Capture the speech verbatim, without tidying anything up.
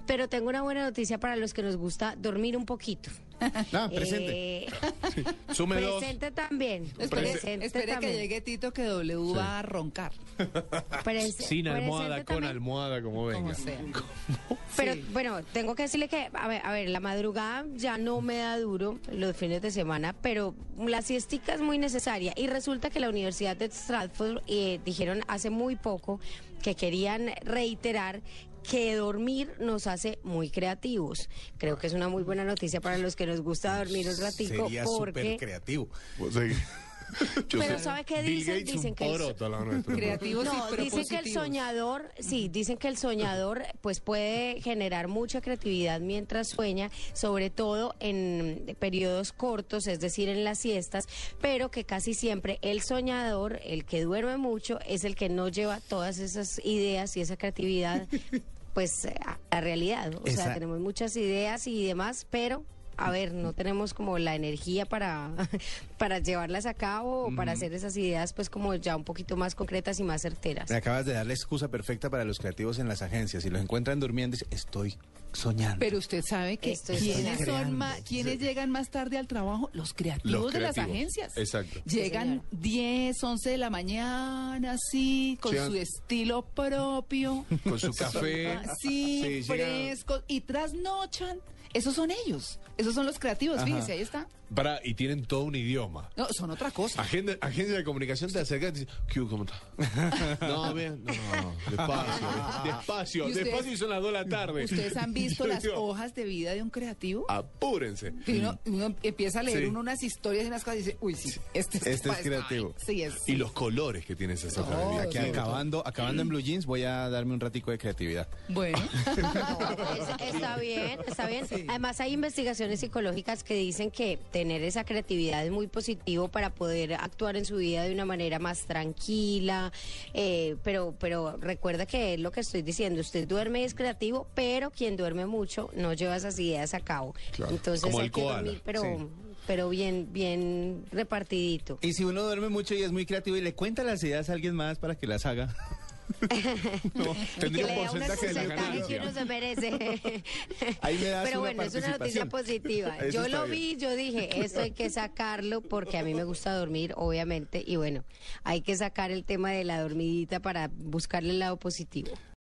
Pero tengo una buena noticia para los que nos gusta dormir un poquito. Ah, presente. Eh, Sume dos. presente también. Espere, Presente espere que también. llegue Tito que W va a roncar. Prese- Sin almohada, presente con también. almohada, como venga. Como sea. Pero Sí. bueno, tengo que decirle que, a ver, a ver, la madrugada ya no me da duro los fines de semana, pero la siestica es muy necesaria. Y resulta que la Universidad de Stratford eh, dijeron hace muy poco que querían reiterar que dormir nos hace muy creativos. Creo que es una muy buena noticia para los que nos gusta dormir un ratico, Sería porque... súper creativo. O sea, yo Pero sé, ¿sabe qué Bill dicen? Gates, Dicen un que el- poroto, la nuestra. Creativos No, y pero dicen que el positivos. soñador, sí, dicen que el soñador pues puede generar mucha creatividad mientras sueña, sobre todo en periodos cortos, es decir, en las siestas, pero que casi siempre el soñador, el que duerme mucho, es el que no lleva todas esas ideas y esa creatividad pues a la realidad. O Esa- sea, tenemos muchas ideas y demás, pero a ver, no tenemos como la energía para, para llevarlas a cabo o para hacer esas ideas pues como ya un poquito más concretas y más certeras. Me acabas de dar la excusa perfecta para los creativos en las agencias. Si los encuentran durmiendo, dicen, estoy soñando. Pero usted sabe que Estoy ¿quiénes soñando. son más, quiénes llegan más tarde al trabajo? Los creativos, Los de las creativos. agencias. Exacto. Llegan señora. diez, once de la mañana, así, con Llegan- su estilo propio. Con su café. Así, Sí, llegan- frescos, y trasnochan. Esos son ellos. Esos son los creativos. Ajá. Fíjese, ahí está. Para, y tienen todo un idioma. No, son otra cosa. Agenda, agencia de comunicación te acerca y te dice, ¿qué, ¿cómo está? No, bien, no, no, despacio, despacio, ¿Y ustedes- despacio y son las dos de la tarde. ¿Ustedes han visto las Digo, hojas de vida de un creativo? Apúrense. Que uno, uno empieza a leer Sí. uno unas historias y unas cosas y dice, uy, sí, este, Este es pa- creativo. Sí, es. Y los colores que tiene esa hoja de No, vida. Aquí sí. acabando, acabando en Blue Jeans, voy a darme un ratico de creatividad. Bueno. Es- está bien, está bien. Además hay investigaciones psicológicas que dicen que tener esa creatividad es muy positivo para poder actuar en su vida de una manera más tranquila, eh, pero, pero recuerda que es lo que estoy diciendo, usted duerme y es creativo, pero quien duerme mucho no lleva esas ideas a cabo. Claro, Entonces como hay el que koala, dormir, pero, sí. pero bien, bien repartidito. Y si uno duerme mucho y es muy creativo y le cuenta las ideas a alguien más para que las haga. No, Y que tendría le un da un porcentaje de la porcentaje que uno ganancia. se merece. Ahí me das Pero una bueno, es una noticia participación. positiva. Eso Yo está lo bien. vi, yo dije, esto hay que sacarlo porque a mí me gusta dormir, obviamente, y bueno, hay que sacar el tema de la dormidita para buscarle el lado positivo.